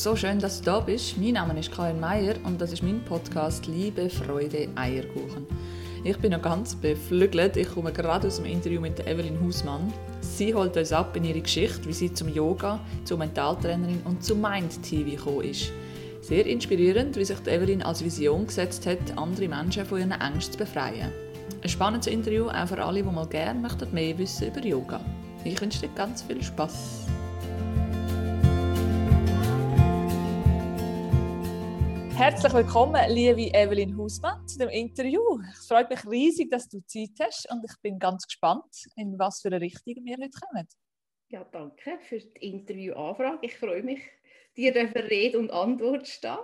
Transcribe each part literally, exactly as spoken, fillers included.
so schön, dass du da bist. Mein Name ist Karin Meier und das ist mein Podcast «Liebe, Freude, Eierkuchen». Ich bin noch ganz beflügelt. Ich komme gerade aus dem Interview mit Evelyn Hausmann. Sie holt uns ab in ihre Geschichte, wie sie zum Yoga, zur Mentaltrainerin und zu Mind-T V gekommen ist. Sehr inspirierend, wie sich Evelyn als Vision gesetzt hat, andere Menschen von ihren Ängsten zu befreien. Ein spannendes Interview auch für alle, die mal gerne möchten mehr wissen über Yoga. Ich wünsche dir ganz viel Spass. Herzlich willkommen, liebe Evelyn Hausmann, zu dem Interview. Es freut mich riesig, dass du Zeit hast und ich bin ganz gespannt, in was für eine Richtung wir heute kommen. Ja, danke für die Interviewanfrage. Ich freue mich, dir Rede und Antwort stehen.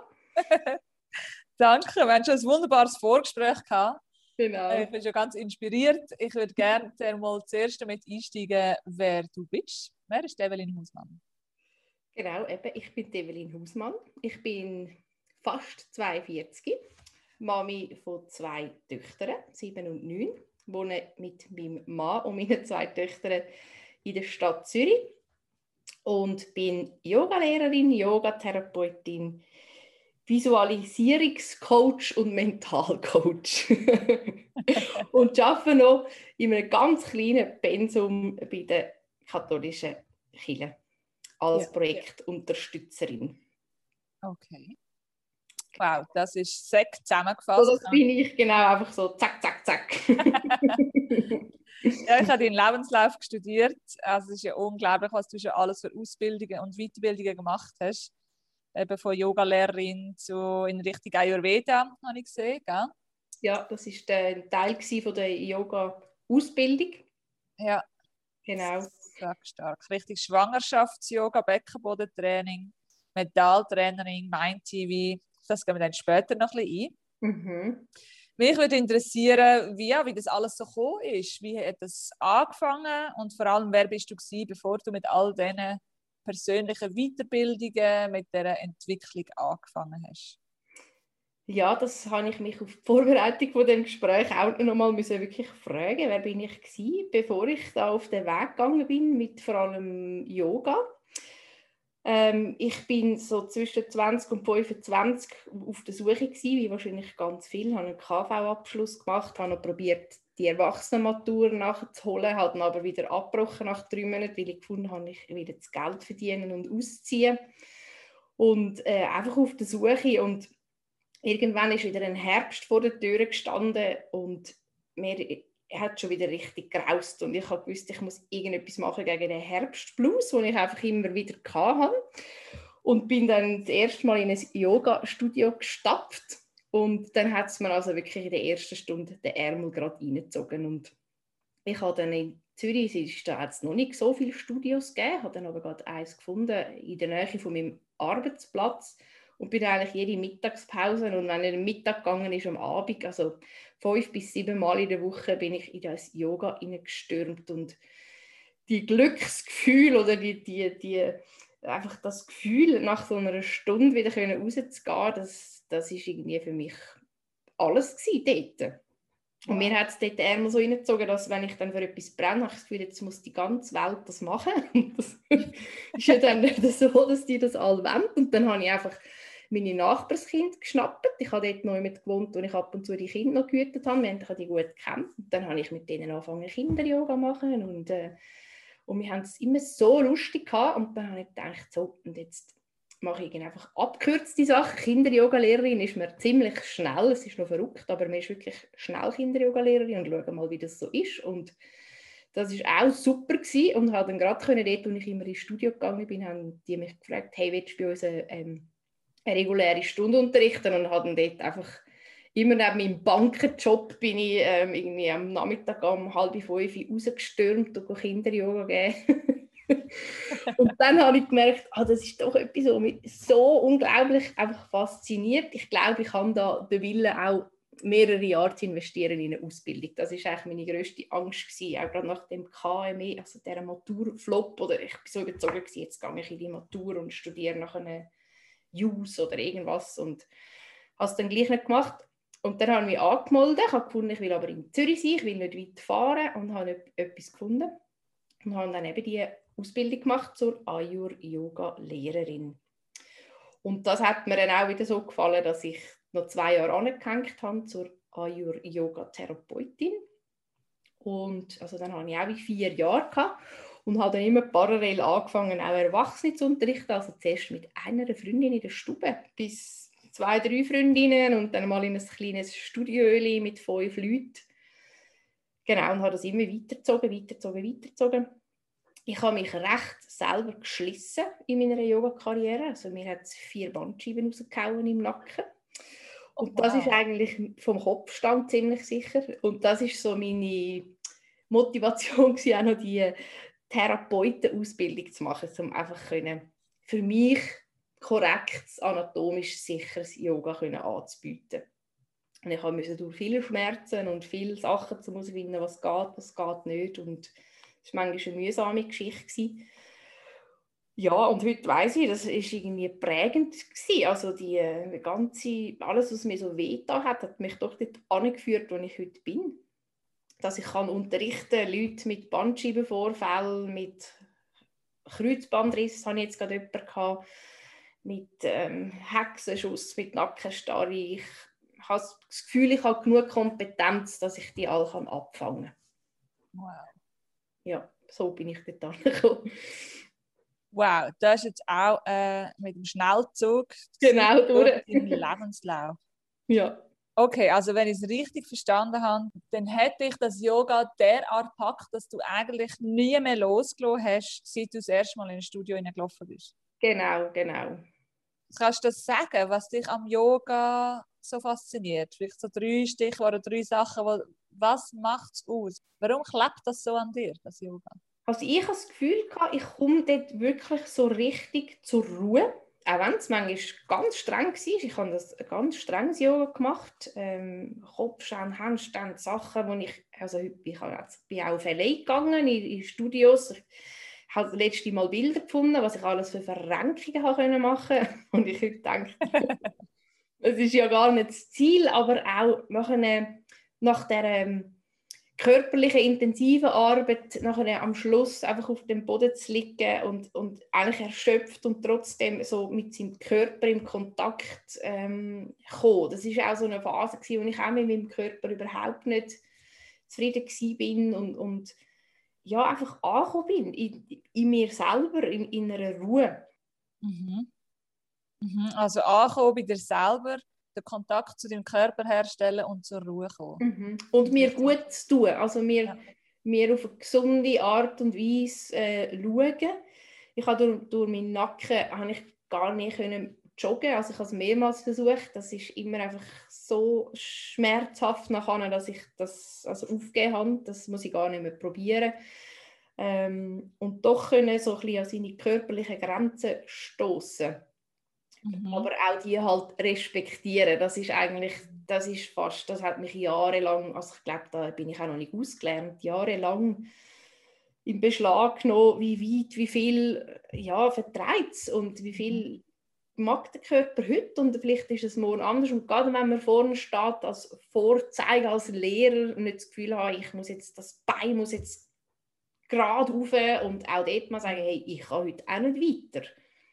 Danke, wir haben schon ein wunderbares Vorgespräch gehabt. Genau. Ich bin schon ganz inspiriert. Ich würde gerne mal zuerst damit einsteigen, wer du bist. Wer ist Evelyn Hausmann? Genau, eben, ich bin Evelyn Hausmann. Ich bin fast zweiundvierzig, Mami von zwei Töchtern, sieben und neun, wohne mit meinem Mann und meinen zwei Töchtern in der Stadt Zürich und bin Yogalehrerin, Yogatherapeutin, Visualisierungscoach und Mentalcoach. Und arbeite noch in einem ganz kleinen Pensum bei der katholischen Kirche als ja, Projektunterstützerin. Okay. Wow, das ist sehr zusammengefasst. So, das bin ich, genau, einfach so zack, zack, zack. Ja, ich habe deinen Lebenslauf studiert. Also es ist ja unglaublich, was du schon alles für Ausbildungen und Weiterbildungen gemacht hast. Eben von Yogalehrerin zu in Richtung Ayurveda, habe ich gesehen, gell? Ja, das war der Teil von der Yoga-Ausbildung. Ja, genau. Sehr stark. Richtig Schwangerschafts-Yoga, Beckenbodentraining, Mentaltraining, Mind-T V. Das gehen wir dann später noch ein bisschen ein. Mhm. Mich würde interessieren, wie, wie das alles so gekommen ist. Wie hat das angefangen und vor allem, wer bist du gewesen, bevor du mit all diesen persönlichen Weiterbildungen, mit dieser Entwicklung angefangen hast? Ja, das habe ich mich auf die Vorbereitung von dem Gespräch auch noch mal müssen wirklich fragen, wer bin ich gewesen, bevor ich da auf den Weg gegangen bin mit vor allem Yoga. Ähm, ich bin so zwischen zwanzig und fünfundzwanzig auf der Suche gewesen, wie wahrscheinlich ganz viel. Ich habe einen K V-Abschluss gemacht, habe noch probiert, die Erwachsenenmatur nachzuholen, habe dann aber wieder abgebrochen nach drei Monaten, weil ich gefunden habe, ich will das Geld verdienen und ausziehen. Und äh, einfach auf der Suche. Und irgendwann ist wieder ein Herbst vor der Tür gestanden und mir hat schon wieder richtig geraust. Und ich habe gewusst, ich muss irgendetwas machen gegen den Herbstblues, den ich einfach immer wieder hatte. Und bin dann das erste Mal in ein Yoga-Studio gestapft. Und dann hat es mir also wirklich in der ersten Stunde den Ärmel gerade reingezogen. Und ich habe dann in Zürich, es hat es noch nicht so viele Studios gegeben, habe dann aber gerade eins gefunden in der Nähe von meinem Arbeitsplatz. Und bin eigentlich jede Mittagspause und wenn er am Mittag gegangen ist, am Abend, also fünf bis sieben Mal in der Woche, bin ich in das Yoga hineingestürmt und die Glücksgefühl oder die, die, die, einfach das Gefühl, nach so einer Stunde wieder rauszugehen, das, das ist irgendwie für mich alles gewesen dort. Und mir hat es dort einmal so reingezogen, dass wenn ich dann für etwas brenne, habe ich das Gefühl, jetzt muss die ganze Welt das machen. Und das ist ja dann nicht so, dass die das alle wollen. Und dann habe ich einfach meine Nachbarskinder geschnappt. Ich habe dort noch jemand gewohnt, wo ich ab und zu die Kinder noch gehütet habe. Wir haben die gut gekannt. Und dann habe ich mit denen angefangen, Kinder-Yoga zu machen. Und, äh, und wir haben es immer so lustig gehabt. Und dann habe ich gedacht, so, und jetzt mache ich einfach abgekürzte Sachen. Kinder-Yoga-Lehrerin ist mir ziemlich schnell, es ist noch verrückt, aber mir ist wirklich schnell Kinder-Yoga-Lehrerin und schaue mal, wie das so ist. Und das war auch super gewesen. Und habe dann gerade können, dort, als ich immer ins Studio gegangen bin, haben die mich gefragt, hey, willst du bei uns eine, ähm, eine reguläre Stunde unterrichten? Und habe dann dort einfach immer neben meinem Bankenjob bin ich ähm, irgendwie am Nachmittag um halb fünf rausgestürmt und Kinder-Yoga geben. Und dann habe ich gemerkt, ah, das ist doch etwas, was mich so unglaublich einfach fasziniert. Ich glaube, ich habe da den Willen, auch mehrere Jahre zu investieren in eine Ausbildung. Das war eigentlich meine grösste Angst gewesen, auch gerade nach dem K M E, also dieser Maturflop. Oder ich war so überzeugt gewesen, jetzt gehe ich in die Matur und studiere nach einer Jus oder irgendwas. Und habe es dann gleich nicht gemacht. Und dann habe ich mich angemeldet. Ich habe gefunden, ich will aber in Zürich sein, ich will nicht weit fahren und habe etwas gefunden. Und habe dann eben die Ausbildung gemacht zur Ayur-Yoga-Lehrerin. Und das hat mir dann auch wieder so gefallen, dass ich noch zwei Jahre angehängt habe zur Ayur-Yoga-Therapeutin. Und also dann hatte ich auch vier Jahre gehabt und habe dann immer parallel angefangen, auch Erwachsene zu unterrichten. Also zuerst mit einer Freundin in der Stube, bis zwei, drei Freundinnen und dann mal in ein kleines Studio mit fünf Leuten. Genau, und habe das immer weitergezogen, weitergezogen, weitergezogen. Ich habe mich recht selber geschlissen in meiner Yoga-Karriere. Also mir hat es vier Bandscheiben rausgehauen im Nacken. Und oh, wow. Das ist eigentlich vom Kopfstand ziemlich sicher. Und das ist so meine Motivation, auch noch die Therapeutenausbildung zu machen, um einfach können, für mich korrektes, anatomisch sicheres Yoga können anzubieten. Und ich musste durch viele Schmerzen und viele Sachen zu herausfinden, was geht, was geht nicht. Und das war manchmal eine mühsame Geschichte. Ja, und heute weiss ich, das war irgendwie prägend gewesen. Also die, die ganze, alles, was mir so wehgetan hat, hat mich doch dort angeführt, wo ich heute bin. Dass ich kann unterrichten, Leute mit Bandscheibenvorfällen, mit Kreuzbandriss, hatte ich jetzt gerade jemanden gehabt, mit ähm, Hexenschuss, mit Nackenstarre. Ich habe das Gefühl, ich habe genug Kompetenz, dass ich die alle abfangen kann. Wow. Ja, so bin ich dort angekommen. Wow, das ist jetzt auch äh, mit dem Schnellzug genau, durch im Lebenslauf. Ja. Okay, also wenn ich es richtig verstanden habe, dann hätte ich das Yoga derart gepackt, dass du eigentlich nie mehr losgelassen hast, seit du das erste Mal in ein Studio gelaufen bist. Genau, genau. Kannst du das sagen, was dich am Yoga so fasziniert? Vielleicht so drei Stichworte, drei Sachen, wo, was macht es aus? Warum klebt das so an dir, das Yoga? Also ich habe das Gefühl, ich komme dort wirklich so richtig zur Ruhe. Auch wenn es manchmal ganz streng war. Ich habe das ganz strenges Yoga gemacht. Ähm, Kopfstand, Handstand, Sachen, wo ich, also ich bin auch auf L A gegangen, in, in Studios. Ich habe das letzte Mal Bilder gefunden, was ich alles für Verrenkungen machen konnte. Und ich heute denke, das ist ja gar nicht das Ziel, aber auch nachher, nach der körperliche, intensive Arbeit, nachher am Schluss einfach auf dem Boden zu liegen und, und eigentlich erschöpft und trotzdem so mit seinem Körper im Kontakt ähm, kommen. Das war auch so eine Phase, in der ich auch mit meinem Körper überhaupt nicht zufrieden war und, und ja, einfach angekommen bin, in, in mir selber, in, in einer Ruhe. Mhm. Mhm. Also ankommen bei dir selber, den Kontakt zu deinem Körper herstellen und zur Ruhe kommen. Mhm. Und mir gut zu tun, also mir, ja. mir auf eine gesunde Art und Weise äh, schauen. Ich habe durch, durch meinen Nacken habe ich gar nicht können joggen, also ich habe es mehrmals versucht, das ist immer einfach so schmerzhaft nachher, dass ich das also aufgegeben habe, das muss ich gar nicht mehr probieren. Ähm, und doch können so ein bisschen an seine körperlichen Grenzen stoßen. Mhm. Aber auch die halt respektieren. Das ist eigentlich, das ist fast, das hat mich jahrelang, also ich glaube, da bin ich auch noch nicht ausgelernt, jahrelang in Beschlag genommen, wie weit, wie viel, ja, vertreibt es und wie viel mag der Körper heute und vielleicht ist es morgen anders. Und gerade wenn man vorne steht, als Vorzeiger, als Lehrer, nicht das Gefühl haben, ich muss jetzt, das Bein muss jetzt gerade rauf und auch dort mal sagen, hey, ich kann heute auch nicht weiter.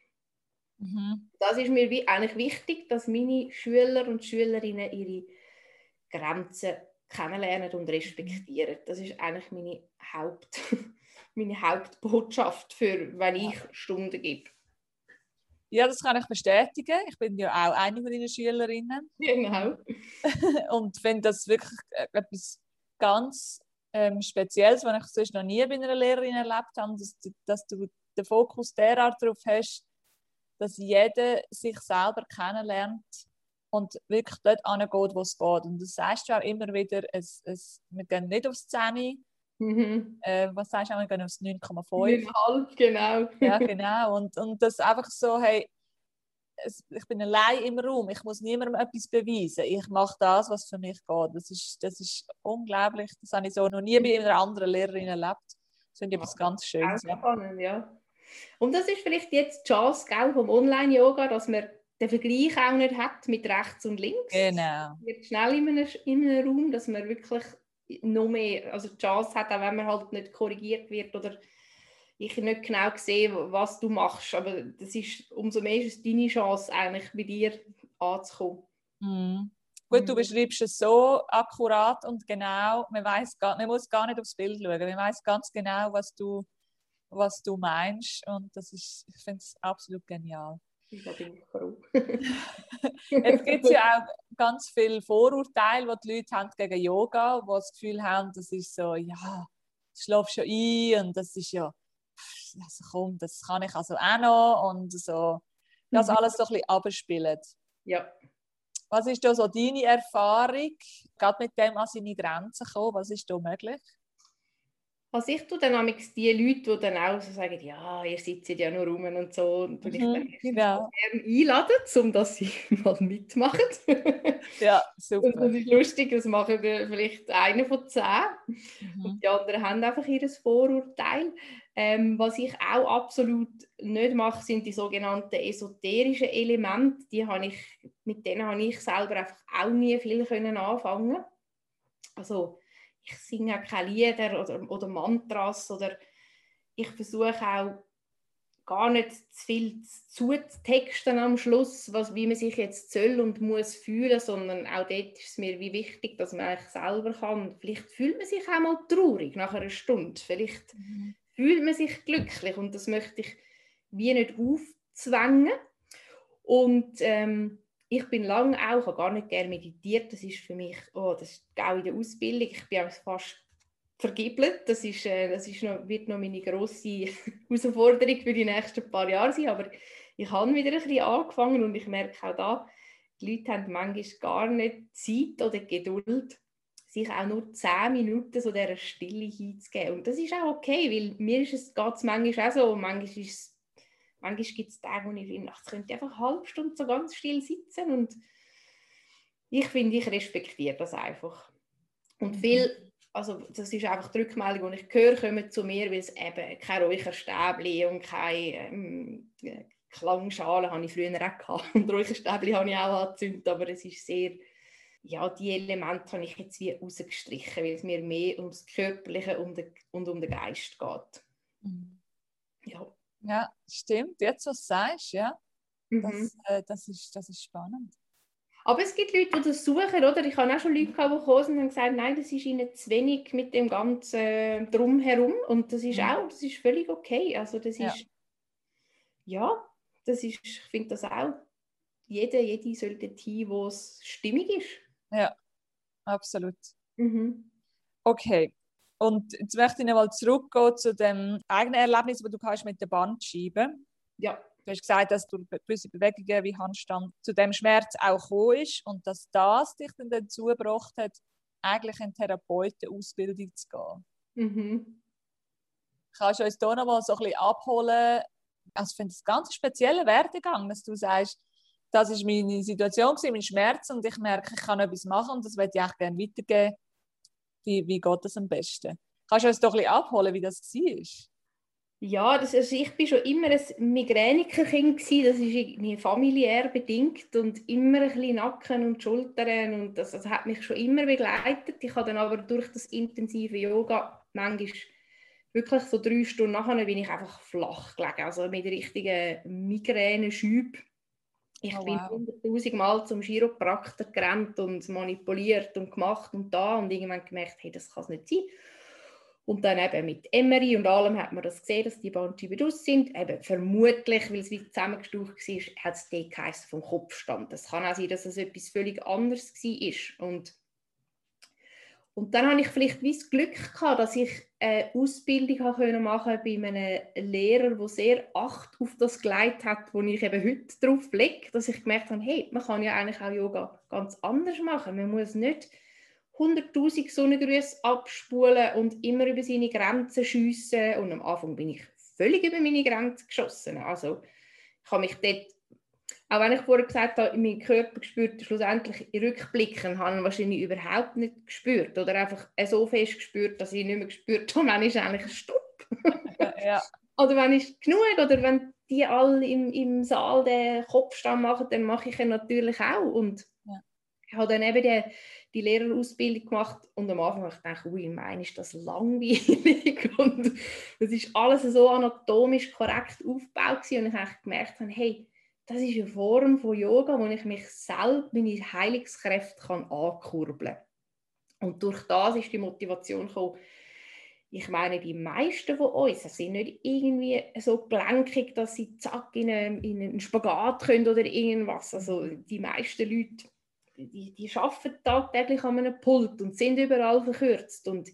Mhm. Das ist mir wie, eigentlich wichtig, dass meine Schüler und Schülerinnen ihre Grenzen kennenlernen und respektieren. Das ist eigentlich meine, Haupt, meine Hauptbotschaft, für, wenn ich Stunden gebe. Ja, das kann ich bestätigen. Ich bin ja auch eine von deinen Schülerinnen. Genau. Und finde das wirklich etwas ganz ähm, Spezielles, was ich sonst noch nie bei einer Lehrerin erlebt habe, dass, dass du den Fokus derart darauf hast, dass jeder sich selber kennenlernt und wirklich dort hingeht, wo es geht. Und das sagst du auch immer wieder, es, es, wir gehen nicht aufs zehn. Mhm. Äh, was sagst du auch, wir gehen aufs neun Komma fünf? neun Komma fünf, genau. Ja, genau. Und, und das einfach so, hey, es, ich bin allein im Raum, ich muss niemandem etwas beweisen. Ich mache das, was für mich geht. Das ist, das ist unglaublich. Das habe ich so noch nie bei einer anderen Lehrerin erlebt. Das finde ich etwas ganz Schönes. Ja. Spannend, ja. Und das ist vielleicht jetzt die Chance, gell, vom Online-Yoga, dass man den Vergleich auch nicht hat mit rechts und links. Genau. Es wird schnell in einem, in einem Raum, dass man wirklich noch mehr, also die Chance hat, auch wenn man halt nicht korrigiert wird oder ich nicht genau sehe, was du machst. Aber das ist, umso mehr ist es deine Chance, eigentlich bei dir anzukommen. Mm. Gut, du Mhm. beschreibst es so akkurat und genau, man, weiss gar, man muss gar nicht aufs Bild schauen, man weiß ganz genau, was du, was du meinst und das ist, ich finde es absolut genial. Da bin ich froh. Jetzt gibt es ja auch ganz viele Vorurteile, die die Leute haben gegen Yoga, die das Gefühl haben, das ist so, ja, du schläfst schon ein und das ist ja, also komm, das kann ich also auch noch und so, das Mhm. alles so ein bisschen abspielen. Ja. Was ist da so deine Erfahrung, gerade mit dem an seine Grenzen kommen? Was ist da möglich? Also ich tue dann manchmal die Leute, die dann auch so sagen, ja, ihr sitzt ja nur rum und so, und ich dann Mhm, erstens ja. mal gerne einladen, um dass sie mal mitmachen. Ja, Und super. das ist lustig, das machen wir vielleicht einer von zehn. Mhm. Und die anderen haben einfach ihr Vorurteil. Ähm, was ich auch absolut nicht mache, sind die sogenannten esoterischen Elemente. Die habe ich, mit denen habe ich selber einfach auch nie viel können anfangen. Also ich singe auch keine Lieder oder, oder Mantras oder ich versuche auch gar nicht zu viel zu texten am Schluss, was, wie man sich jetzt soll und muss fühlen, sondern auch dort ist es mir wie wichtig, dass man eigentlich selber kann. Vielleicht fühlt man sich auch mal traurig nach einer Stunde, vielleicht Mhm. fühlt man sich glücklich und das möchte ich wie nicht aufzwängen. Und ähm, ich bin lange auch, ich habe gar nicht gerne meditiert, das ist für mich, oh, das ist auch in der Ausbildung, ich bin auch fast vergibelt, das, ist, äh, das ist noch, wird noch meine grosse Herausforderung für die nächsten paar Jahre sein, aber ich habe wieder ein bisschen angefangen und ich merke auch da, die Leute haben manchmal gar nicht Zeit oder Geduld, sich auch nur zehn Minuten so dieser Stille hinzugeben und das ist auch okay, weil mir ist es, geht es manchmal auch so, manchmal ist es Manchmal gibt es Tage, wo ich finde, ach, jetzt könnte ich einfach eine halbe Stunde so ganz still sitzen und ich finde, ich respektiere das einfach. Und viel, also das ist einfach die Rückmeldung, die ich höre, kommen zu mir, weil es eben kein Räucherstäbchen und keine ähm, Klangschale habe ich früher auch gehabt. Und Räucherstäbchen habe ich auch angezündet, aber es ist sehr, ja, die Elemente habe ich jetzt wie rausgestrichen, weil es mir mehr ums Körperliche und um den Geist geht. Mhm. Ja. Ja, stimmt. Jetzt, was du sagst, ja, Mhm. das, äh, das, ist, das ist spannend. Aber es gibt Leute, die das suchen, oder? Ich habe auch schon Leute gehabt, die gekommen sind und gesagt, nein, das ist ihnen zu wenig mit dem ganzen äh, Drumherum. Und das ist Mhm. auch, das ist völlig okay. Also das Ja. ist, ja, das ist, ich finde das auch, jede, jede sollte hin, wo es stimmig ist. Ja, absolut. Mhm. Okay. Und jetzt möchte ich noch mal zurückgehen zu dem eigenen Erlebnis, das du hast mit der Bandscheibe. Ja. Du hast gesagt, dass du gewisse Bewegungen wie Handstand zu dem Schmerz auch gekommen ist und dass das dich dann dazu gebracht hat, eigentlich in Therapeutenausbildung zu gehen. Mhm. Kannst du uns hier noch mal so ein bisschen abholen? Also ich finde es einen ganz speziellen Werdegang, dass du sagst, das war meine Situation, mein Schmerz und ich merke, ich kann etwas machen und das möchte ich auch gerne weitergeben. Wie, wie geht das am besten? Kannst du uns doch ein bisschen abholen, wie das war? Ja, das, also ich war schon immer ein Migränikerkind, das ist irgendwie familiär bedingt und immer ein bisschen Nacken und Schultern und das, das hat mich schon immer begleitet. Ich habe dann aber durch das intensive Yoga manchmal wirklich so drei Stunden nachher bin ich einfach flach gelegen, also mit richtigen Migräne-Schüben. Ich Oh, bin wow. hunderttausend Mal zum Chiropraktor gerannt und manipuliert und gemacht und da und irgendwann gemerkt, hey, das kann es nicht sein. Und dann eben mit M R I und allem hat man das gesehen, dass die Bandscheiben draus sind. Eben vermutlich, weil es wie zusammengestaucht war, hat es dort geheißen, vom Kopfstand. Es kann auch sein, dass es etwas völlig anderes war. Und, und dann hatte ich vielleicht wie das Glück gehabt, dass ich eine Ausbildung machen konnte bei einem Lehrer, der sehr Acht auf das gelegt hat, wo ich eben heute drauf lege, dass ich gemerkt habe, hey, man kann ja eigentlich auch Yoga ganz anders machen. Man muss nicht hunderttausend Sonnengrüße abspulen und immer über seine Grenzen schiessen. Und am Anfang bin ich völlig über meine Grenzen geschossen. Also ich habe mich dort, auch wenn ich vorher gesagt habe, mein Körper gespürt, schlussendlich rückblickend, habe ich wahrscheinlich überhaupt nicht gespürt oder einfach so fest gespürt, dass ich nicht mehr gespürt habe, wann ist eigentlich ein Stopp. Ja. Oder wenn ist genug, oder wenn die alle im, im Saal den Kopfstand machen, dann mache ich ihn natürlich auch. Und Ja. ich habe dann eben die, die Lehrerausbildung gemacht und am Anfang habe ich gedacht, ui, mein, ist das langweilig und das ist alles so anatomisch korrekt aufgebaut gewesen. Und ich habe gemerkt, hey, das ist eine Form von Yoga, wo ich mich selbst, meine Heilungskräfte kann ankurbeln kann. Und durch das ist die Motivation gekommen. Ich meine, die meisten von uns sind nicht irgendwie so gelenkig, dass sie zack in einen, in einen Spagat können oder irgendwas. Also die meisten Leute, die, die arbeiten tagtäglich an einem Pult und sind überall verkürzt. Und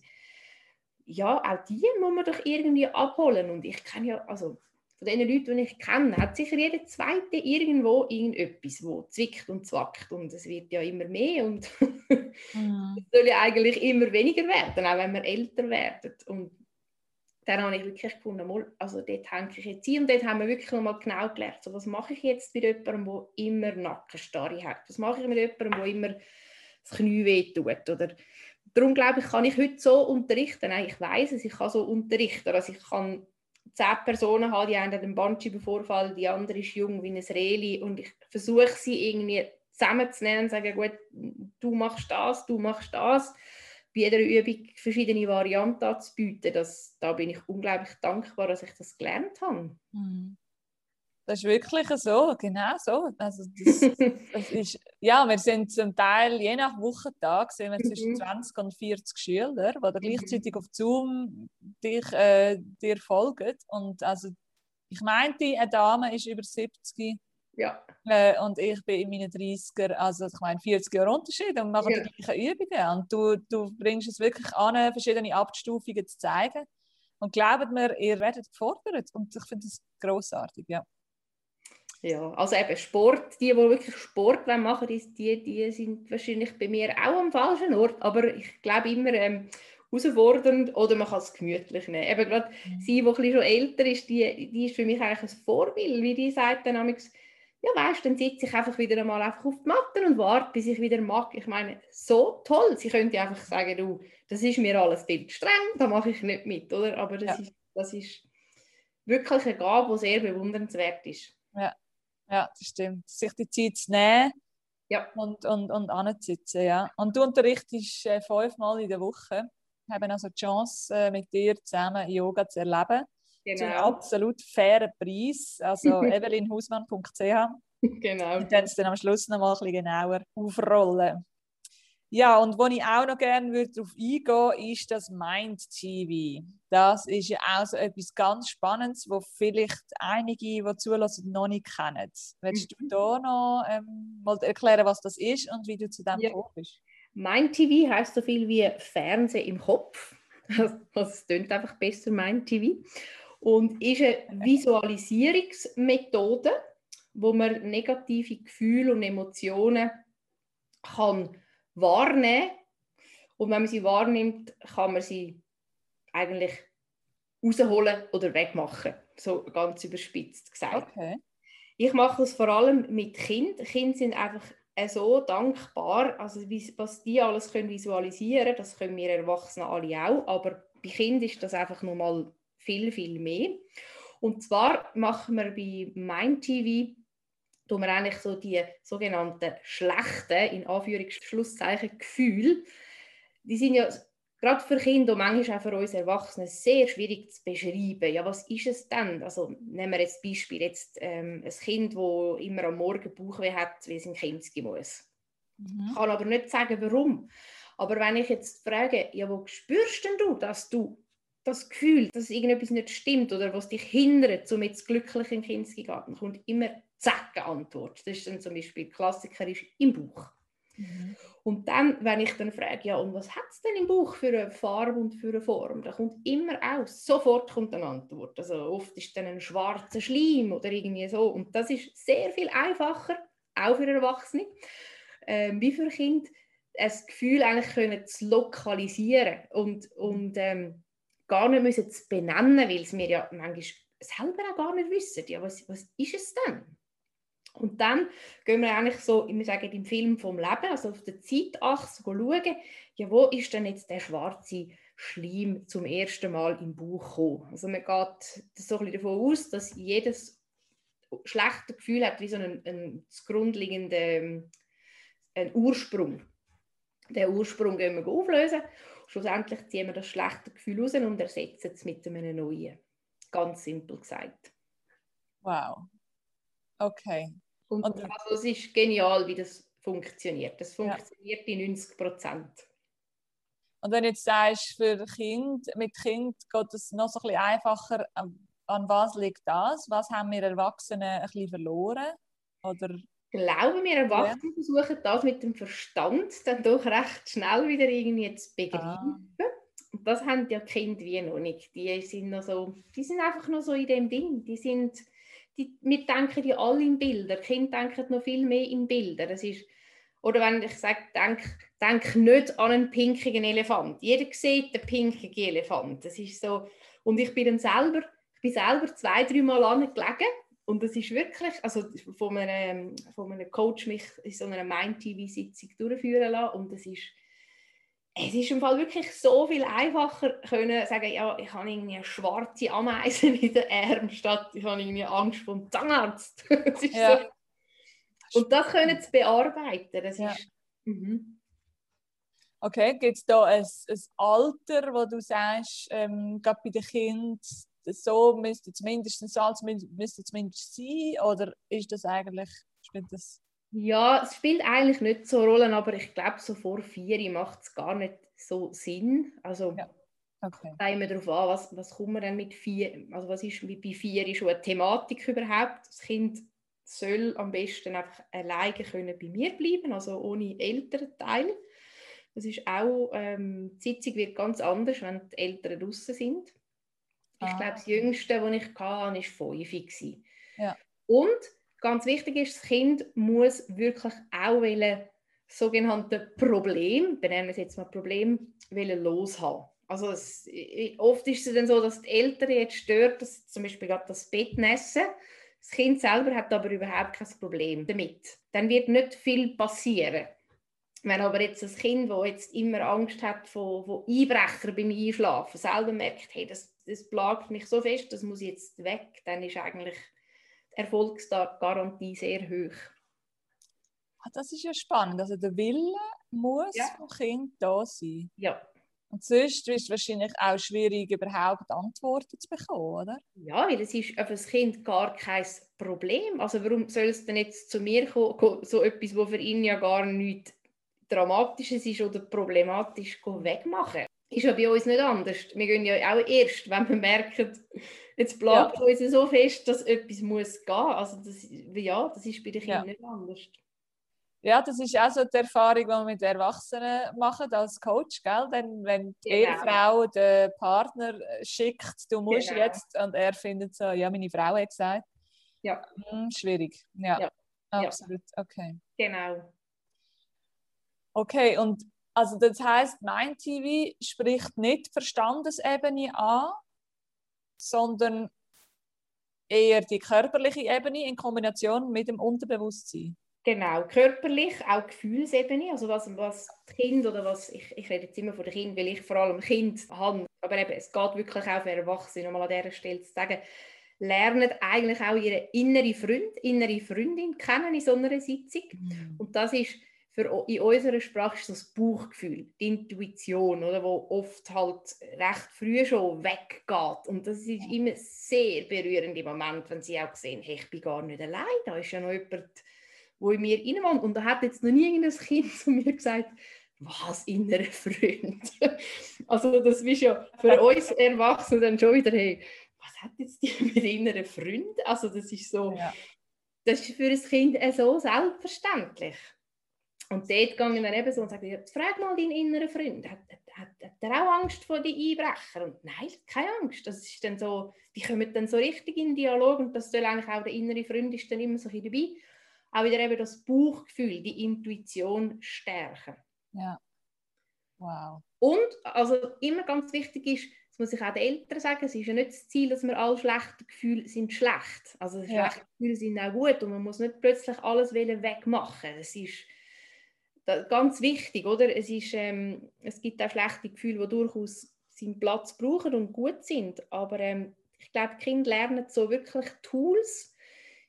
ja, auch die muss man doch irgendwie abholen. Und ich kenne ja, also von den Leuten, die ich kenne, hat sicher jeder Zweite irgendwo irgendetwas, wo zwickt und zwackt. Und es wird ja immer mehr und Mhm. es soll ja eigentlich immer weniger werden, auch wenn wir älter werden. Und dann habe ich wirklich gefunden, also dort hänge ich jetzt ein. Und dort haben wir wirklich nochmal genau gelernt, so, was mache ich jetzt mit jemandem, der immer Nackenstarre hat? Was mache ich mit jemandem, der immer das Knie wehtut? Oder darum glaube ich, kann ich heute so unterrichten. Nein, ich weiss es, ich kann so unterrichten. Also ich kann zehn Personen haben, die einen hat einen Bandscheibenvorfall, die andere ist jung wie ein Reli und ich versuche sie irgendwie zusammenzunehmen und sagen, gut, du machst das, du machst das. Bei jeder Übung verschiedene Varianten anzubieten. Das, da bin ich unglaublich dankbar, dass ich das gelernt habe. Das ist wirklich so, genau so. Also das, das ist, ja, wir sind zum Teil, je nach Wochentag, sind wir zwischen zwanzig und vierzig Schüler, die gleichzeitig auf Zoom dich, äh, dir folgen. Und also, ich meinte, eine Dame ist über siebzig. Ja. Äh, und ich bin in meinen dreißiger, also ich meine vierzig Jahre Unterschied und machen Ja. die gleichen Übungen. Und du, du bringst es wirklich an, verschiedene Abstufungen zu zeigen. Und glaubt mir, ihr werdet gefordert. Und ich finde das grossartig, ja. Ja, also eben Sport, die, die wirklich Sport machen wollen, die, die sind wahrscheinlich bei mir auch am falschen Ort, aber ich glaube immer ähm, herausfordernd oder man kann es gemütlich nehmen. Eben gerade mhm. sie, die ein bisschen schon älter ist, die, die ist für mich eigentlich ein Vorbild, wie die sagt dann manchmal, ja weißt, dann sitze ich einfach wieder einmal einfach auf die Matte und warte, bis ich wieder mag. Ich meine, so toll, sie könnte einfach sagen, du, das ist mir alles viel streng, da mache ich nicht mit, oder? Aber das, ja. ist, das ist wirklich eine Gabe, die sehr bewundernswert ist. Ja. Ja, das stimmt. Sich die Zeit zu nehmen ja. und, und, und anzusitzen. Ja. Und du unterrichtest äh, fünfmal in der Woche. Wir haben also die Chance, äh, mit dir zusammen Yoga zu erleben. Genau. Zu einem absolut fairen Preis. Also evelyn hausmann punkt c h. Genau. Wir können es dann am Schluss noch mal ein bisschen genauer aufrollen. Ja, und wo ich auch noch gerne würde darauf eingehen, ist das Mind-T V. Das ist ja auch so etwas ganz Spannendes, wo vielleicht einige, die zulassen, noch nicht kennen. Willst du da noch ähm, mal erklären, was das ist und wie du zu dem ja. gekommen bist? Mind-T V heisst so viel wie Fernsehen im Kopf. Das klingt einfach besser, Mind-T V. Und ist eine Visualisierungsmethode, wo man negative Gefühle und Emotionen kann wahrnehmen. Und wenn man sie wahrnimmt, kann man sie eigentlich rausholen oder wegmachen. So ganz überspitzt gesagt. Okay. Ich mache das vor allem mit Kindern. Kinder sind einfach so dankbar, also was die alles können visualisieren, das können wir Erwachsene alle auch, aber bei Kindern ist das einfach nochmal viel, viel mehr. Und zwar machen wir bei Mind-T V tun wir eigentlich so die sogenannten schlechten, in Anführungs-Schlusszeichen, Gefühle, die sind ja gerade für Kinder und manchmal auch für uns Erwachsene sehr schwierig zu beschreiben. Ja, was ist es denn? Also nehmen wir jetzt Beispiel jetzt ähm, ein Kind, das immer am Morgen Bauchweh hat, weil es ein Kinski muss. Mhm. Ich kann aber nicht sagen, warum. Aber wenn ich jetzt frage, ja, wo spürst denn du, dass du das Gefühl, dass irgendetwas nicht stimmt oder was dich hindert, um jetzt glücklich in Kinski zu gehen, dann kommt immer zack eine Antwort. Das ist dann zum Beispiel Klassiker ist im Bauch. Mhm. Und dann, wenn ich dann frage, ja, und was hat es denn im Bauch für eine Farbe und für eine Form, da kommt immer auch, sofort kommt eine Antwort. Also oft ist dann ein schwarzer Schleim oder irgendwie so. Und das ist sehr viel einfacher, auch für Erwachsene, äh, wie für Kinder, ein Gefühl eigentlich können zu lokalisieren und, und ähm, gar nicht müssen zu benennen, weil es wir ja manchmal selber auch gar nicht wissen. Ja, was, was ist es denn? Und dann gehen wir eigentlich so, wir sagen, im Film vom Leben, also auf der Zeitachse schauen, ja, wo ist denn jetzt der schwarze Schleim zum ersten Mal im Bauch gekommen? Also man geht so ein bisschen davon aus, dass jedes schlechte Gefühl hat wie so einen, einen grundlegenden einen Ursprung. Den Ursprung gehen wir auflösen. Schlussendlich ziehen wir das schlechte Gefühl raus und ersetzen es mit einem neuen. Ganz simpel gesagt. Wow. Okay. Und, und also es ist genial, wie das funktioniert. Das funktioniert ja. in neunzig Prozent. Und wenn du jetzt sagst, für Kind, mit Kind geht es noch so ein bisschen einfacher, an was liegt das? Was haben wir Erwachsenen ein bisschen verloren? Oder Glauben wir Erwachsene ja. versuchen das mit dem Verstand dann doch recht schnell wieder irgendwie zu begreifen. Ah. Und das haben ja die Kinder wie noch nicht. Die sind, noch so, die sind einfach noch so in dem Ding. Die sind, die, wir denken ja alle in Bilder. Die Kinder denken noch viel mehr in Bilder. Das ist, oder wenn ich sage, denk, denk nicht an einen pinkigen Elefant. Jeder sieht den pinkigen Elefant. Das ist so. Und ich bin dann selber, ich bin selber zwei, drei Mal angelegen. Und das ist wirklich, also von einem, von einem Coach mich in so einer Mind-T V-Sitzung durchführen lassen. Und das ist, es ist im Fall wirklich so viel einfacher können sagen, ja, ich habe irgendwie eine schwarze Ameisen in den Armen, statt ich habe irgendwie Angst vor dem Zahnarzt. Das ist ja. so. Und das können sie bearbeiten. Das ja. ist, mhm. Okay, gibt es da ein, ein Alter, wo du sagst, ähm, gerade bei den Kindern, so müsste zumindest ein Salz müsste zumindest sein, oder ist das eigentlich, spielt das? Ja, es spielt eigentlich nicht so eine Rolle, aber ich glaube, so vor vier macht es gar nicht so Sinn. Also ja. Okay. da immer darauf an, was, was kommt man denn mit vier, also was ist bei vier ist schon eine Thematik überhaupt. Das Kind soll am besten einfach alleine können bei mir bleiben, also ohne Elternteil. Das ist auch, ähm, die Sitzung wird ganz anders, wenn die Eltern draußen sind. Ich ah. glaube, das Jüngste, das ich hatte, war fünf. Ja. Und ganz wichtig ist, das Kind muss wirklich auch wollen, sogenannte Problem, benennen wir es jetzt mal Problem, wollen loshaben. Also es, oft ist es dann so, dass die Eltern jetzt stört, dass zum Beispiel gerade das Bett nässen. Das Kind selber hat aber überhaupt kein Problem damit. Dann wird nicht viel passieren. Wenn aber jetzt das Kind, das jetzt immer Angst hat vor, vor Einbrechern beim Einschlafen, selber merkt, hey, das, das plagt mich so fest, das muss jetzt weg, dann ist eigentlich die Erfolgsgarantie sehr hoch. Ah, das ist ja spannend. Also der Wille muss ja. vom Kind da sein. Ja. Und sonst ist es wahrscheinlich auch schwierig, überhaupt Antworten zu bekommen, oder? Ja, weil es ist für das Kind gar kein Problem. Also warum soll es denn jetzt zu mir kommen, so etwas, was für ihn ja gar nichts Dramatisches ist oder problematisch wegmachen? Ist ja bei uns nicht anders. Wir gehen ja auch erst, wenn wir merken, jetzt plagt ja. uns so fest, dass etwas muss gehen. Also das, ja, das ist bei den Kindern ja. nicht anders. Ja, das ist auch so die Erfahrung, die wir mit Erwachsenen machen als Coach, gell? Denn wenn die genau. Ehefrau den Partner schickt, du musst genau. jetzt, und er findet so, ja, meine Frau hat gesagt, ja. hm, schwierig. Ja, ja. absolut, okay. Genau. Okay, und also das heisst, Mind-T V spricht nicht die Verstandesebene an, sondern eher die körperliche Ebene in Kombination mit dem Unterbewusstsein. Genau, körperlich, auch Gefühlsebene, also was, was die Kinder oder was, ich, ich rede jetzt immer von den Kindern, weil ich vor allem Kind habe, aber eben, es geht wirklich auch für Erwachsene, nochmal an dieser Stelle zu sagen, lernen eigentlich auch ihre innere Freund, innere Freundin kennen in so einer Sitzung. Mhm. Und das ist für, in unserer Sprache ist das Bauchgefühl, die Intuition, oder, wo oft halt recht früh schon weggeht. Und das ist immer sehr berührend im Moment, wenn sie auch sehen, hey, ich bin gar nicht allein, da ist ja noch jemand, wo in mir reinwohnt. Und da hat jetzt noch nie irgendein Kind zu mir gesagt, was, innerer Freund? Also das ist ja für uns Erwachsene dann schon wieder, hey, was hat jetzt die mit inneren Freunden? Also das ist so, ja. das ist für ein Kind so selbstverständlich. Und dort gehen dann eben so und sagen, frag mal deinen inneren Freund, hat, hat, hat er auch Angst vor den Einbrechern? Und nein, keine Angst. Das ist dann so, die kommen dann so richtig in den Dialog und das soll eigentlich auch der innere Freund ist dann immer so ein bisschen dabei. Auch wieder eben das Bauchgefühl, die Intuition stärken. Ja. Wow. Und, also immer ganz wichtig ist, das muss ich auch den Eltern sagen, es ist ja nicht das Ziel, dass wir alle schlechte Gefühle sind schlecht. Also schlechte ja. Gefühle sind auch gut und man muss nicht plötzlich alles wegmachen. Es ist ganz wichtig, oder? Es, ist, ähm, es gibt auch schlechte Gefühle, die durchaus seinen Platz brauchen und gut sind. Aber ähm, ich glaube, die Kinder lernen so wirklich Tools,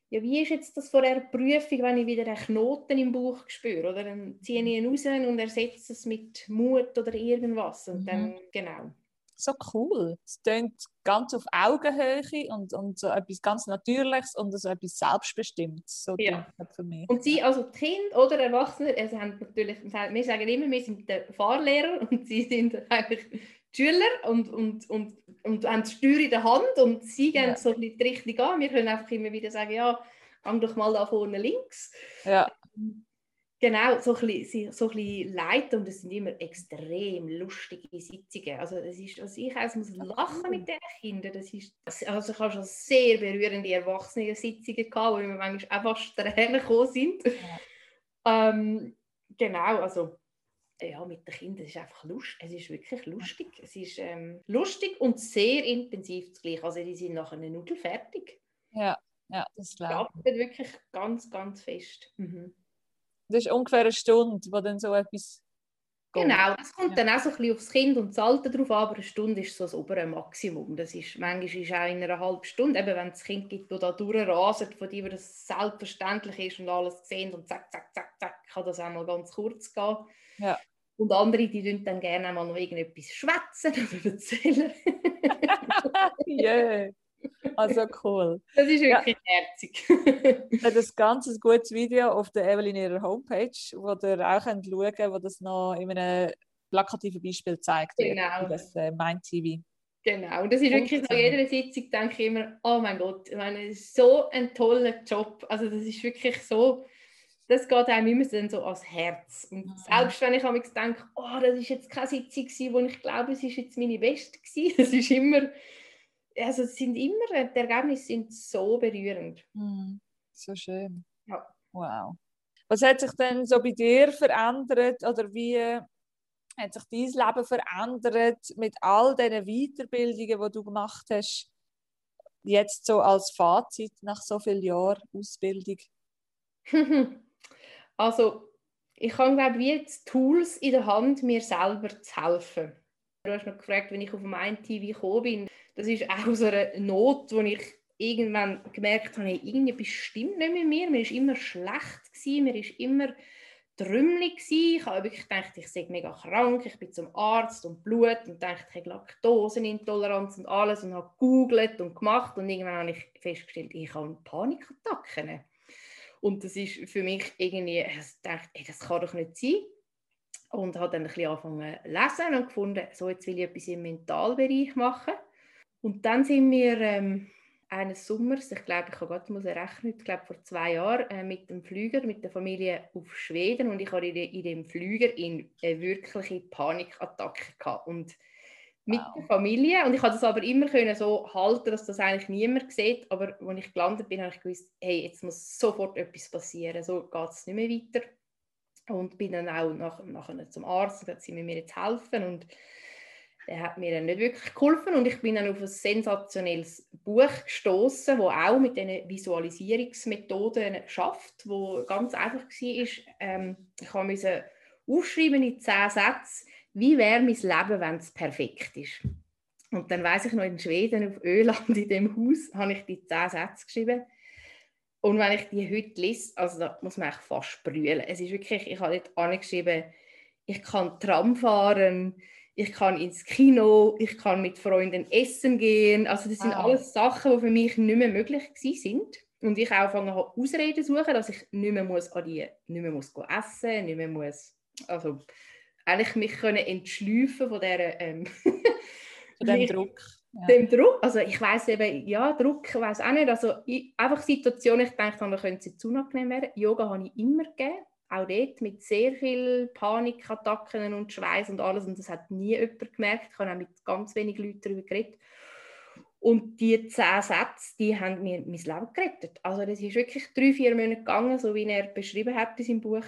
ja, wie ist jetzt das vor der Prüfung, wenn ich wieder einen Knoten im Bauch spüre? Oder dann ziehe ich ihn raus und ersetze es mit Mut oder irgendwas. Und Mhm. dann, genau. So cool. Es klingt ganz auf Augenhöhe und, und so etwas ganz Natürliches und so etwas Selbstbestimmtes. So Ja. klingt das für mich. Und sie, also die Kinder oder Erwachsene, also haben natürlich, wir sagen immer, wir sind der Fahrlehrer und sie sind eigentlich die Schüler und, und, und, und haben das Steuer in der Hand und sie gehen Ja. so ein bisschen die Richtung an. Wir können einfach immer wieder sagen, ja, geh doch mal da vorne links. Ja. Genau, so ein bisschen, so ein bisschen leiten und es sind immer extrem lustige Sitzungen. Also, es ist, also ich also muss lachen cool. mit den Kindern. Das ist, also ich habe schon sehr berührende Erwachsenen-Sitzungen gehabt, wo mir manchmal auch fast Tränen gekommen sind. Ja. Ähm, genau, also ja, mit den Kindern ist es einfach lustig. Es ist wirklich lustig. Es ist ähm, lustig und sehr intensiv zugleich. Also die sind nach einer Nudel fertig. Ja, ja, das glaube ich. Ja, wirklich ganz, ganz fest. Mhm. Das ist ungefähr eine Stunde, wo dann so etwas geht. Genau, das kommt Ja. dann auch so ein bisschen aufs Kind und das Alter drauf an, aber eine Stunde ist so das obere Maximum. Das ist, manchmal ist es auch in einer halben Stunde, eben wenn es Kind gibt, das da durchraset, von dem das selbstverständlich ist und alles sehen und zack, zack, zack, zack, kann das auch mal ganz kurz gehen. Ja. Und andere, die tun dann gerne mal noch irgendetwas schwätzen oder erzählen. Yeah. Also cool. Das ist wirklich ja. herzig. Es hat ein ganz gutes Video auf der Evelyn ihrer Homepage, wo ihr auch schauen könnt, wo das noch in einem plakativen Beispiel zeigt. Genau. Das äh, MindTV. Genau. Und das ist wirklich nach jeder Sitzung, denke ich immer, oh mein Gott, ich meine, so ein toller Job. Also das ist wirklich so, das geht einem immer dann so ans Herz. Und mhm. selbst wenn ich manchmal denke, oh, das ist jetzt keine Sitzung gewesen, wo ich glaube, es ist jetzt meine beste gewesen. Das ist immer, also es sind immer, die Ergebnisse sind so berührend. Mhm. So schön. Ja. Wow. Was hat sich denn so bei dir verändert oder wie hat sich dein Leben verändert mit all diesen Weiterbildungen, die du gemacht hast, jetzt so als Fazit nach so vielen Jahren Ausbildung? Also, ich habe, glaube ich, jetzt Tools in der Hand, mir selber zu helfen. Du hast mich gefragt, wenn ich auf MindTV gekommen bin. Das ist auch so eine Not, wo ich irgendwann gemerkt habe, hey, irgendwie stimmt nicht mit mir. Mir war immer schlecht, gewesen, mir war immer trümmelig gewesen. Ich habe wirklich gedacht, ich sei mega krank, ich bin zum Arzt und Blut und dachte, ich habe Laktosenintoleranz und alles und habe gegoogelt und gemacht und irgendwann habe ich festgestellt, ich habe Panikattacken. Und das ist für mich irgendwie, ich dachte, ey, das kann doch nicht sein. Und habe dann ein bisschen angefangen zu lesen und gefunden, so jetzt will ich etwas im Mentalbereich machen. Und dann sind wir ähm, eines Sommers, ich glaube, ich habe gerade mal rechnen, ich glaube vor zwei Jahren, äh, mit dem Flüger, mit der Familie auf Schweden und ich hatte in, in dem Flüger in eine wirkliche Panikattacke gehabt. Und mit wow. der Familie. Und ich konnte das aber immer können so halten, dass das eigentlich niemand sieht. Aber als ich gelandet bin, habe ich gewusst, hey, jetzt muss sofort etwas passieren. So geht es nicht mehr weiter. Und bin dann auch nach, nachher zum Arzt und gesagt, sie müssen mir jetzt helfen. Und er hat mir dann nicht wirklich geholfen. Und ich bin dann auf ein sensationelles Buch gestoßen, das auch mit diesen Visualisierungsmethoden schafft, wo ganz einfach war. Ähm, ich musste aufschreiben in zehn Sätzen, wie wäre mein Leben, wenn es perfekt ist. Und dann weiss ich noch, in Schweden, auf Öland, in dem Haus, habe ich die zehn Sätze geschrieben. Und wenn ich die heute lese, also da muss man echt fast brüllen. Es ist wirklich, ich habe dort angeschrieben, ich kann Tram fahren, ich kann ins Kino, ich kann mit Freunden essen gehen. Also das sind wow. alles Sachen, die für mich nicht mehr möglich sind. Und ich auch angefangen habe, Ausreden zu suchen, dass ich nicht mehr muss an die, nicht mehr muss essen, nicht mehr muss, also eigentlich mich können entschleifen von dieser ähm, von dem Druck. Ja. Dem Druck, also ich weiss eben, ja, Druck, ich weiss auch nicht, also ich, einfach Situationen, ich denke, da könnte es jetzt unangenehm werden. Yoga habe ich immer gegeben, auch dort mit sehr viel Panikattacken und Schweiß und alles und das hat nie jemand gemerkt, ich habe auch mit ganz wenigen Leuten darüber geredet. Und die zehn Sätze, die haben mir mein Leben gerettet. Also das ist wirklich drei, vier Monate gegangen, so wie er beschrieben hat in seinem Buch.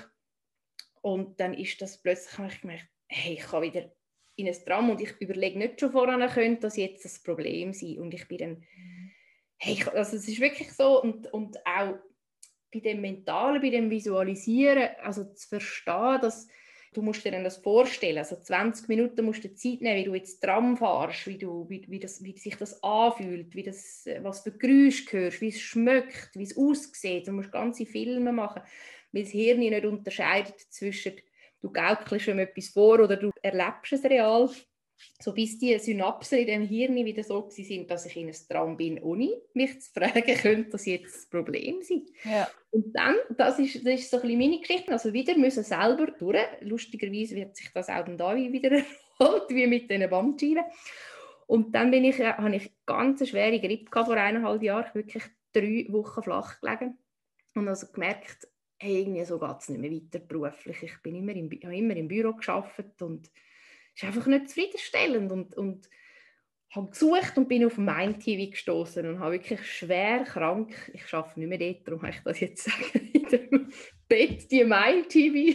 Und dann ist das plötzlich, habe ich gemerkt, hey, ich kann wieder in ein Tram und ich überlege nicht schon voran, könnte das jetzt das Problem sein. Und ich bin dann, hey, also es ist wirklich so und, und auch bei dem Mentalen, bei dem Visualisieren, also zu verstehen, dass Du musst dir das vorstellen, also zwanzig Minuten musst du Zeit nehmen, wie du jetzt Tram fährst, wie, du, wie, wie, das, wie sich das anfühlt, wie das, was für Geräusche hörst, wie es schmeckt, wie es aussieht. Du musst ganze Filme machen, weil das Hirn nicht unterscheidet zwischen, du gaukelst ihm etwas vor oder du erlebst es real. So bis die Synapsen in dem Hirn wieder so sind, dass ich in ein Tram bin, ohne mich zu fragen, könnte das jetzt das Problem sein. Ja. Und dann, das ist, das ist so ein bisschen meine Geschichte, also wieder müssen selber durch. Lustigerweise wird sich das auch dann da wieder erholt, wie mit diesen Bandscheiben. Und dann bin ich, äh, habe ich ganz eine schwere Grippe gehabt vor eineinhalb Jahren, wirklich drei Wochen flach gelegen und also gemerkt, hey, irgendwie so geht es nicht mehr weiter beruflich. Ich bin immer im, habe immer im Büro gearbeitet und es ist einfach nicht zufriedenstellend und, und habe gesucht und bin auf Mind-T V gestoßen und habe wirklich schwer krank, ich arbeite nicht mehr dort, darum habe ich das jetzt sagen, in dem Bett, die Mind-T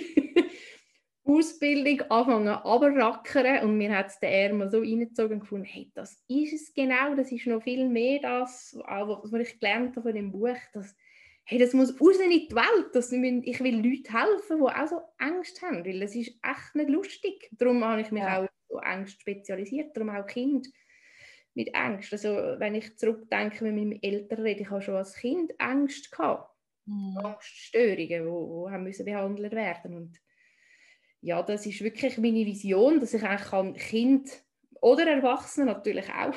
V-Ausbildung anfangen runterrackern und mir hat es den Ärmel so reingezogen und gefunden, hey, das ist es genau, das ist noch viel mehr das, auch was ich gelernt habe von dem Buch, dass hey, das muss raus in die Welt. Das, ich will Leuten helfen, die auch so Angst haben, weil das ist echt nicht lustig. Darum habe ich mich ja. auch so Angst spezialisiert, darum auch Kinder mit Angst. Also wenn ich zurückdenke, wenn ich mit meinen Eltern rede, ich habe schon als Kind Angst gehabt. Mhm. Angststörungen, die, die haben müssen behandelt werden. Und ja, das ist wirklich meine Vision, dass ich eigentlich kann Kind oder Erwachsene natürlich auch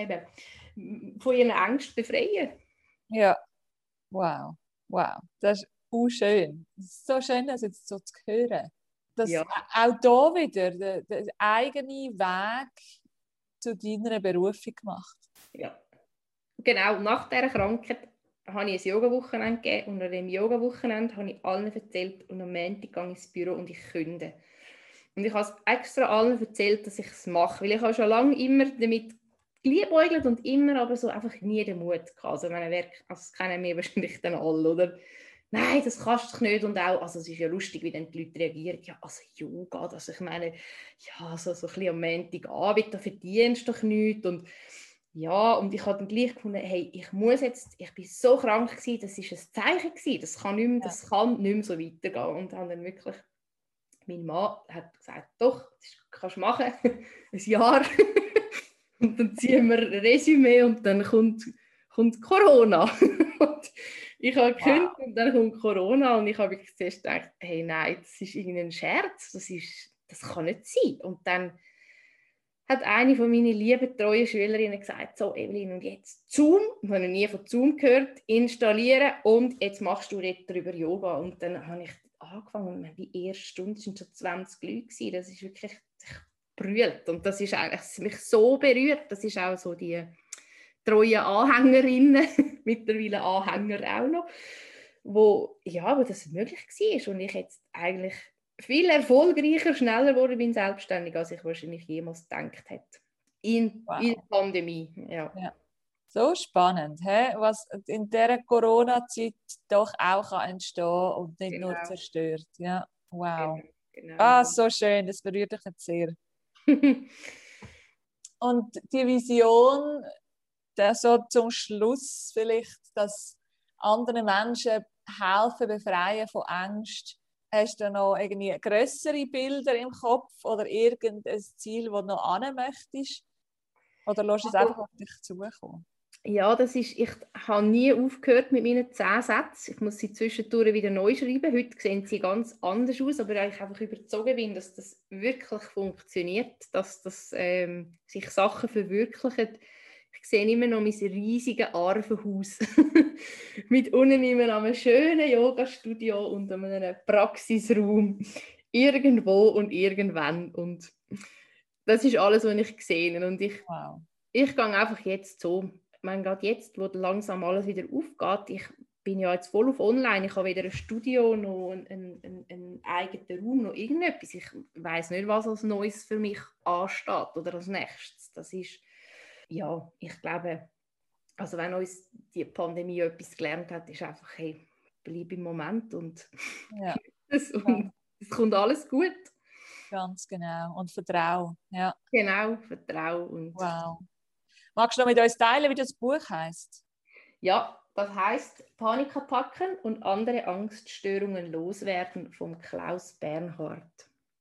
eben von ihren Ängsten befreien. Ja, wow. Wow, das ist auch schön. Es ist so schön, das jetzt so zu hören. Dass ja. auch hier wieder der, der eigene Weg zu deiner Berufung gemacht. Ja, genau. Nach dieser Krankheit habe ich ein Yoga-Wochenende gegeben und an diesem Yoga-Wochenende habe ich allen erzählt und am Montag gehe ich ins Büro und ich kündige. Und ich habe extra allen erzählt, dass ich es mache, weil ich habe schon lange immer damit geliebäugelt und immer aber so einfach nie den Mut gehabt. Also, meine Werke, also das kennen wir wahrscheinlich dann alle, oder? Nein, das kannst du nicht. Und auch, also es ist ja lustig, wie dann die Leute reagieren. Ja, also Yoga, also ich meine, ja, so, so ein bisschen am Montagabend, da verdienst du doch nichts. Und ja, und ich habe dann gleich gefunden, hey, ich muss jetzt, ich bin so krank gewesen, das war ein Zeichen gewesen, das kann nicht mehr, das kann nicht mehr so weitergehen. Und habe dann wirklich, mein Mann hat gesagt, doch, das kannst du machen, ein Jahr. Und dann ziehen wir ein Resümee und dann kommt, kommt Corona. Und ich habe gekündigt wow. und dann kommt Corona und ich habe zuerst gedacht, hey, nein, das ist irgendein Scherz, das, ist, das kann nicht sein. Und dann hat eine von meinen lieben, treuen Schülerinnen gesagt, so Evelyn, und jetzt Zoom, ich habe noch nie von Zoom gehört, installieren und jetzt machst du dort drüber Yoga. Und dann habe ich angefangen und die erste Stunde waren schon zwanzig Leute gewesen. Das ist wirklich berührt und das ist eigentlich mich so berührt. Das ist auch so die treuen Anhängerinnen, mittlerweile Anhänger auch noch, wo, ja, wo das möglich war und ich jetzt eigentlich viel erfolgreicher, schneller geworden bin selbstständig, als ich wahrscheinlich jemals gedacht hätte. In, wow. in der Pandemie, ja. ja. So spannend, he? Was in dieser Corona-Zeit doch auch kann entstehen und nicht genau. nur zerstört. Ja, wow. Genau. Genau. Ah, so schön, das berührt dich jetzt sehr. Und die Vision, der so zum Schluss vielleicht, dass andere Menschen helfen, befreien von Angst. Hast du noch irgendwie grössere Bilder im Kopf oder irgendein Ziel, das du noch hin möchtest? Oder lässt du es einfach auf dich zukommen? Ja, das ist, ich habe nie aufgehört mit meinen zehn Sätzen. Ich muss sie zwischendurch wieder neu schreiben. Heute sehen sie ganz anders aus, aber ich einfach überzeugt bin, dass das wirklich funktioniert, dass das, ähm, sich Sachen verwirklichen. Ich sehe immer noch mein riesiges Arvenhaus mit unten immer einem schönen Yoga-Studio und einem Praxisraum irgendwo und irgendwann. Und das ist alles, was ich sehe. Und ich, wow. ich gehe einfach jetzt so. Ich meine, gerade jetzt, wo langsam alles wieder aufgeht, ich bin ja jetzt voll auf online, ich habe weder ein Studio noch einen, einen, einen eigenen Raum, noch irgendetwas. Ich weiss nicht, was als Neues für mich ansteht oder als Nächstes. Das ist, ja, ich glaube, also wenn uns die Pandemie etwas gelernt hat, ist einfach, hey, bleib im Moment und ja. es ja. kommt alles gut. Ganz genau. Und Vertrauen. Ja. Genau, Vertrauen. Und wow. Magst du noch mit uns teilen, wie das Buch heisst? Ja, das heisst Panikattacken und andere Angststörungen loswerden von Klaus Bernhard.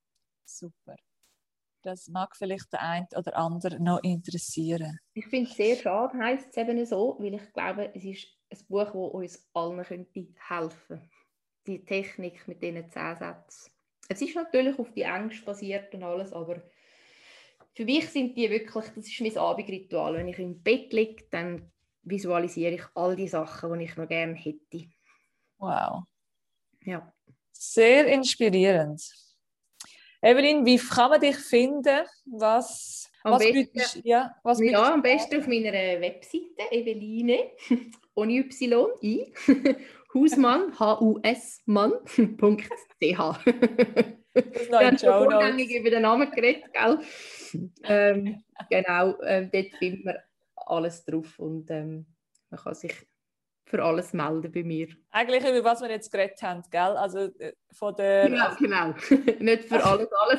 Super. Das mag vielleicht der eine oder andere noch interessieren. Ich finde es sehr schade, heisst es eben so, weil ich glaube, es ist ein Buch, das uns allen könnte helfen. Die Technik mit diesen zehn Sätzen. Es ist natürlich auf die Ängste basiert und alles, aber für mich sind die wirklich, das ist mein Abendritual. Wenn ich im Bett liege, dann visualisiere ich all die Sachen, die ich noch gerne hätte. Wow. Ja. Sehr inspirierend. Evelyn, wie kann man dich finden? Was, am was besten, bietest, ja, was ja, bietest am besten auf meiner Webseite, Eveline, ohne Y, I, Hausmann, H U S Mann, Punkt C H. Das noch Wir in haben schon Show Notes. vorgängig über den Namen geredet, gell? ähm, genau, ähm, dort findet man alles drauf und ähm, man kann sich für alles melden bei mir. Eigentlich über was wir jetzt geredet haben, gell? Also von der... Genau, also, genau. Nicht für alles, alles.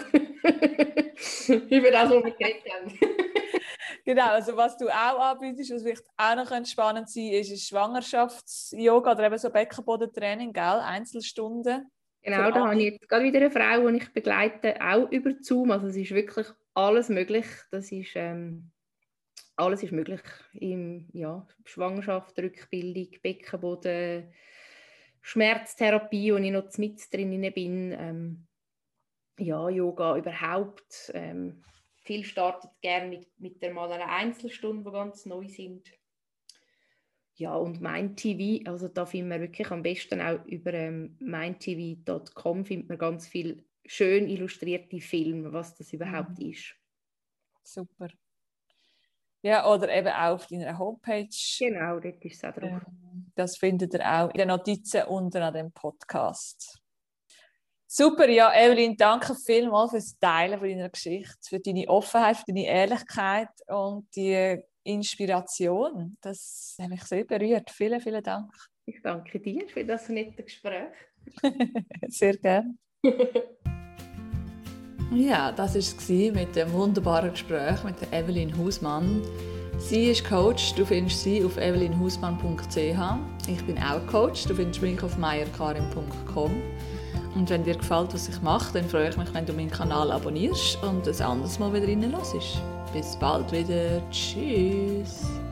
Über das, was wir geredet haben. Genau, also was du auch anbietest, was vielleicht auch noch spannend sein könnte, ist ein Schwangerschafts-Yoga oder eben so Beckenbodentraining, gell? Einzelstunden. Genau, da habe ich jetzt gerade wieder eine Frau, die ich begleite, auch über Zoom. Also es ist wirklich alles möglich. Das ist, ähm, alles ist möglich. Im, ja, Schwangerschaft, Rückbildung, Beckenboden, Schmerztherapie, wo ich noch mit drin bin. Ähm, ja, Yoga überhaupt. Ähm, viel startet gerne mit, mit der mal einer Einzelstunde, die ganz neu sind. Ja, und MindTV, also da findet man wirklich am besten auch über ähm, mindtv punkt com findet man ganz viel schön illustrierte Filme, was das überhaupt mhm. ist. Super. Ja, oder eben auch auf deiner Homepage. Genau, dort ist es auch drauf. Das findet ihr auch in den Notizen unten an dem Podcast. Super, ja, Evelyn, danke vielmals fürs Teilen von deiner Geschichte, für deine Offenheit, für deine Ehrlichkeit und die Inspiration. Das hat mich sehr berührt. Vielen, vielen Dank. Ich danke dir für das nette Gespräch. Sehr gerne. Ja, das war es mit dem wunderbaren Gespräch mit der Evelyn Hausmann. Sie ist Coach, du findest sie auf evelyn hausmann punkt c h. Ich bin auch Coach, du findest mich auf meyer karim punkt com. Und wenn dir gefällt, was ich mache, dann freue ich mich, wenn du meinen Kanal abonnierst und ein anderes Mal wieder reinhörst. Bis bald wieder. Tschüss.